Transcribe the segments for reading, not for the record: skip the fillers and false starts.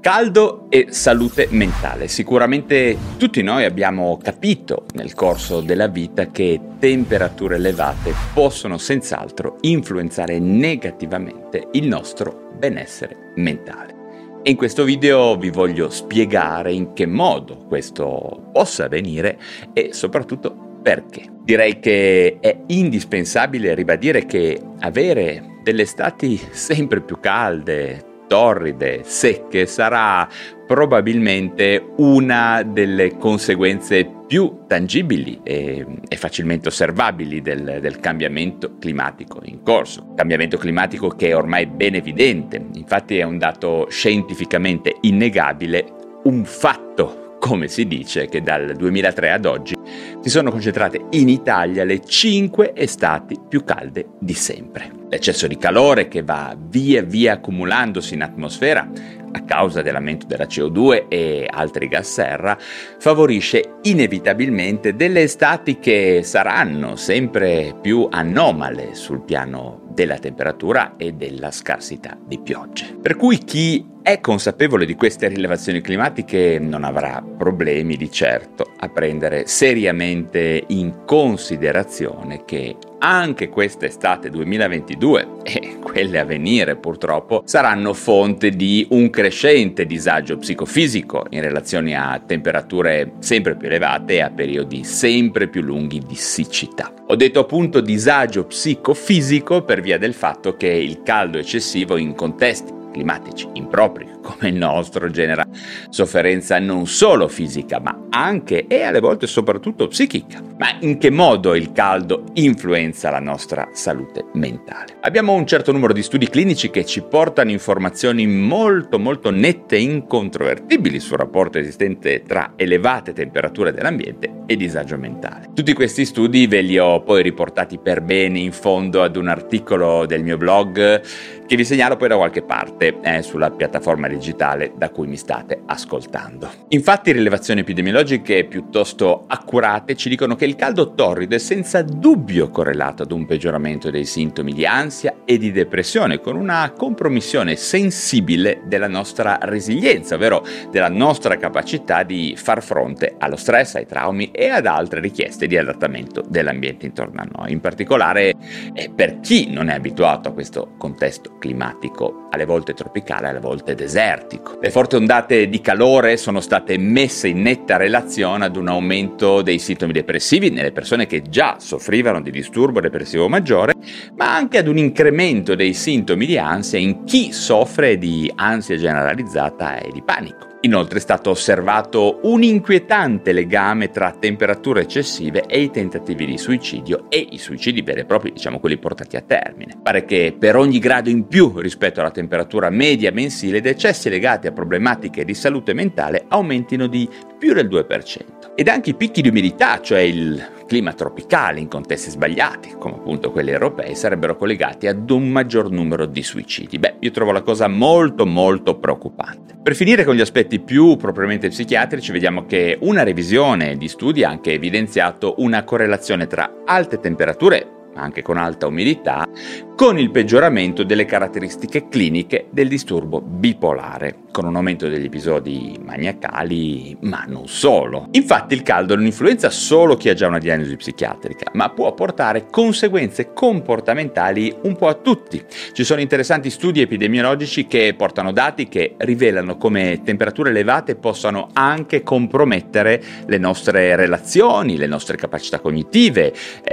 Caldo e salute mentale. Sicuramente tutti noi abbiamo capito nel corso della vita che temperature elevate possono senz'altro influenzare negativamente il nostro benessere mentale. E in questo video vi voglio spiegare in che modo questo possa avvenire e soprattutto perché. Direi che è indispensabile ribadire che avere delle estati sempre più calde, torride, secche sarà probabilmente una delle conseguenze più tangibili e facilmente osservabili del cambiamento climatico in corso. Cambiamento climatico che è ormai ben evidente, infatti è un dato scientificamente innegabile, un fatto, come si dice, che dal 2003 ad oggi si sono concentrate in Italia le 5 estati più calde di sempre. L'eccesso di calore che va via via accumulandosi in atmosfera a causa dell'aumento della CO2 e altri gas serra favorisce inevitabilmente delle estati che saranno sempre più anomale sul piano della temperatura e della scarsità di piogge. Per cui chi è consapevole di queste rilevazioni climatiche non avrà problemi di certo a prendere seriamente in considerazione che anche quest'estate 2022 e quelle a venire purtroppo saranno fonte di un crescente disagio psicofisico in relazione a temperature sempre più elevate e a periodi sempre più lunghi di siccità. Ho detto appunto disagio psicofisico per via del fatto che il caldo eccessivo in contesti climatici impropri come il nostro genera sofferenza non solo fisica ma anche e alle volte soprattutto psichica. Ma in che modo il caldo influenza la nostra salute mentale? Abbiamo un certo numero di studi clinici che ci portano informazioni molto nette e incontrovertibili sul rapporto esistente tra elevate temperature dell'ambiente e disagio mentale. Tutti questi studi ve li ho poi riportati per bene in fondo ad un articolo del mio blog che vi segnalo poi da qualche parte sulla piattaforma digitale da cui mi state ascoltando. Infatti rilevazioni epidemiologiche piuttosto accurate ci dicono che il caldo torrido è senza dubbio correlato ad un peggioramento dei sintomi di ansia e di depressione, con una compromissione sensibile della nostra resilienza, ovvero della nostra capacità di far fronte allo stress, ai traumi e ad altre richieste di adattamento dell'ambiente intorno a noi. In particolare per chi non è abituato a questo contesto climatico, alle volte tropicale, alle volte desertico. Le forti ondate di calore sono state messe in netta relazione ad un aumento dei sintomi depressivi nelle persone che già soffrivano di disturbo depressivo maggiore, ma anche ad un incremento dei sintomi di ansia in chi soffre di ansia generalizzata e di panico. Inoltre è stato osservato un inquietante legame tra temperature eccessive e i tentativi di suicidio e i suicidi veri e propri, quelli portati a termine. Pare che per ogni grado in più rispetto alla temperatura media mensile, i decessi legati a problematiche di salute mentale aumentino di più del 2%. Ed anche i picchi di umidità, cioè il clima tropicale in contesti sbagliati, come appunto quelli europei, sarebbero collegati ad un maggior numero di suicidi. Io trovo la cosa molto preoccupante. Per finire con gli aspetti più propriamente psichiatrici, vediamo che una revisione di studi ha anche evidenziato una correlazione tra alte temperature, anche con alta umidità, con il peggioramento delle caratteristiche cliniche del disturbo bipolare, con un aumento degli episodi maniacali, ma non solo. Infatti il caldo non influenza solo chi ha già una diagnosi psichiatrica, ma può portare conseguenze comportamentali un po' a tutti. Ci sono interessanti studi epidemiologici che portano dati che rivelano come temperature elevate possano anche compromettere le nostre relazioni, le nostre capacità cognitive,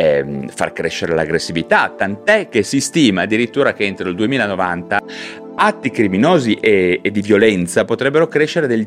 far crescere l'aggressività, tant'è che si stima addirittura che entro il 2090 atti criminosi e di violenza potrebbero crescere del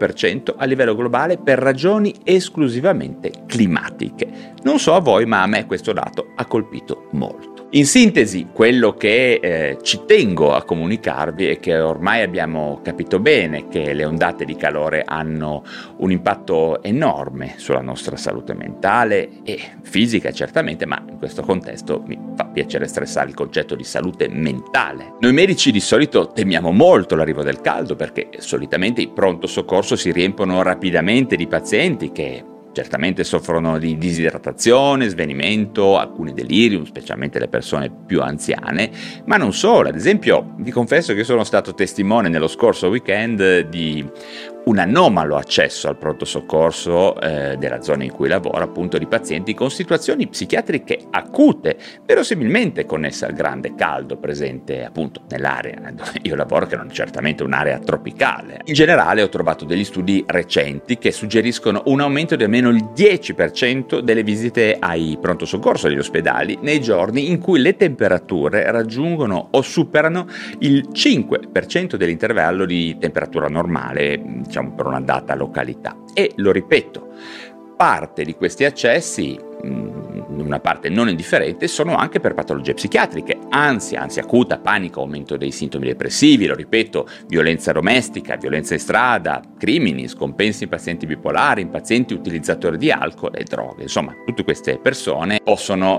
5% a livello globale per ragioni esclusivamente climatiche. Non so a voi, ma a me questo dato ha colpito molto. In sintesi, quello che ci tengo a comunicarvi è che ormai abbiamo capito bene che le ondate di calore hanno un impatto enorme sulla nostra salute mentale e fisica certamente, ma in questo contesto mi fa piacere stressare il concetto di salute mentale. Noi medici di solito temiamo molto l'arrivo del caldo perché solitamente i pronto soccorso si riempiono rapidamente di pazienti che certamente soffrono di disidratazione, svenimento, alcuni delirium, specialmente le persone più anziane, ma non solo. Ad esempio, vi confesso che sono stato testimone nello scorso weekend di un anomalo accesso al pronto soccorso della zona in cui lavoro, appunto, di pazienti con situazioni psichiatriche acute, verosimilmente connesse al grande caldo presente appunto nell'area dove io lavoro, che non è certamente un'area tropicale. In generale ho trovato degli studi recenti che suggeriscono un aumento di almeno il 10% delle visite ai pronto soccorso degli ospedali nei giorni in cui le temperature raggiungono o superano il 5% dell'intervallo di temperatura normale, diciamo, per una data località. E lo ripeto, parte di questi accessi, una parte non indifferente, sono anche per patologie psichiatriche, ansia acuta, panico, aumento dei sintomi depressivi, lo ripeto, violenza domestica, violenza in strada, crimini, scompensi in pazienti bipolari, in pazienti utilizzatori di alcol e droghe. Insomma, tutte queste persone possono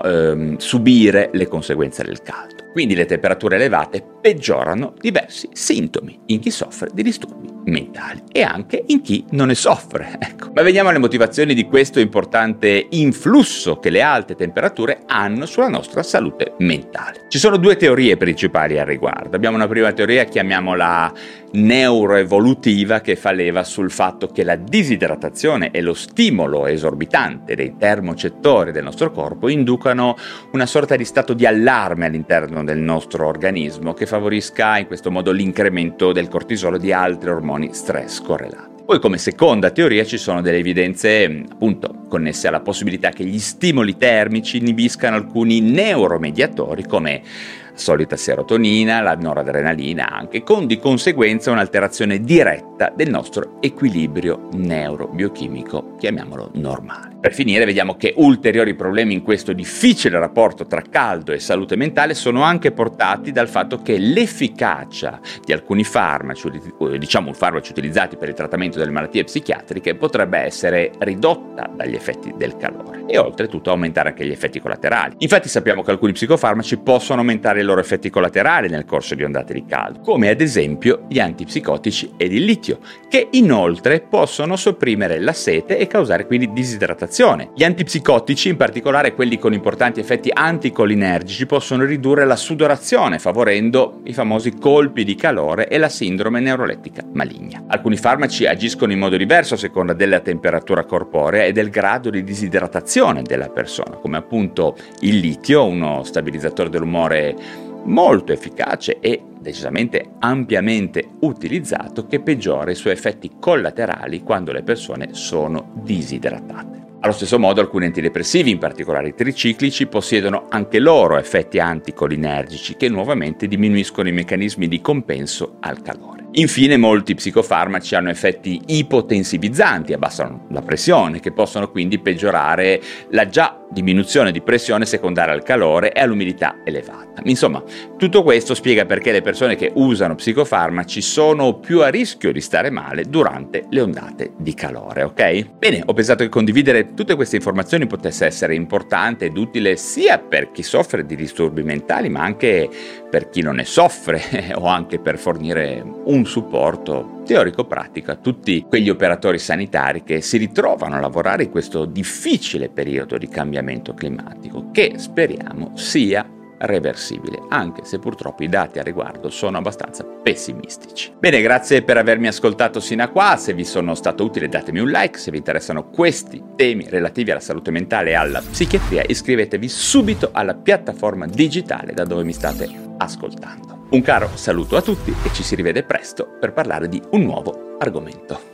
subire le conseguenze del caldo. Quindi le temperature elevate peggiorano diversi sintomi in chi soffre di disturbi mentali e anche in chi non ne soffre. Ecco. Ma veniamo alle motivazioni di questo importante influsso che le alte temperature hanno sulla nostra salute mentale. Ci sono due teorie principali al riguardo. Abbiamo una prima teoria, chiamiamola neuroevolutiva, che fa leva sul fatto che la disidratazione e lo stimolo esorbitante dei termocettori del nostro corpo inducano una sorta di stato di allarme all'interno del nostro organismo che favorisca in questo modo l'incremento del cortisolo e di altri ormoni stress correlati. Poi, come seconda teoria, ci sono delle evidenze appunto connesse alla possibilità che gli stimoli termici inibiscano alcuni neuromediatori come solita serotonina, la noradrenalina anche, con di conseguenza un'alterazione diretta del nostro equilibrio neurobiochimico, chiamiamolo normale. Per finire, vediamo che ulteriori problemi in questo difficile rapporto tra caldo e salute mentale sono anche portati dal fatto che l'efficacia di alcuni farmaci, farmaci utilizzati per il trattamento delle malattie psichiatriche, potrebbe essere ridotta dagli effetti del calore e oltretutto aumentare anche gli effetti collaterali. Infatti sappiamo che alcuni psicofarmaci possono aumentare i loro effetti collaterali nel corso di ondate di caldo, come ad esempio gli antipsicotici ed il litio, che inoltre possono sopprimere la sete e causare quindi disidratazione. Gli antipsicotici, in particolare quelli con importanti effetti anticolinergici, possono ridurre la sudorazione, favorendo i famosi colpi di calore e la sindrome neurolettica maligna. Alcuni farmaci agiscono in modo diverso a seconda della temperatura corporea e del grado di disidratazione della persona, come appunto il litio, uno stabilizzatore dell'umore molto efficace e decisamente ampiamente utilizzato, che peggiora i suoi effetti collaterali quando le persone sono disidratate. Allo stesso modo alcuni antidepressivi, in particolare i triciclici, possiedono anche loro effetti anticolinergici che nuovamente diminuiscono i meccanismi di compenso al calore. Infine, molti psicofarmaci hanno effetti ipotensivizzanti, abbassano la pressione, che possono quindi peggiorare la già diminuzione di pressione secondaria al calore e all'umidità elevata. Insomma, tutto questo spiega perché le persone che usano psicofarmaci sono più a rischio di stare male durante le ondate di calore, ok? Bene, ho pensato che condividere tutte queste informazioni potesse essere importante ed utile sia per chi soffre di disturbi mentali, ma anche per chi non ne soffre o anche per fornire un supporto teorico-pratico a tutti quegli operatori sanitari che si ritrovano a lavorare in questo difficile periodo di cambiamento climatico, che speriamo sia reversibile, anche se purtroppo i dati a riguardo sono abbastanza pessimistici. Bene, grazie per avermi ascoltato sino a qua. Se vi sono stato utile datemi un like, se vi interessano questi temi relativi alla salute mentale e alla psichiatria iscrivetevi subito alla piattaforma digitale da dove mi state ascoltando. Un caro saluto a tutti e ci si rivede presto per parlare di un nuovo argomento.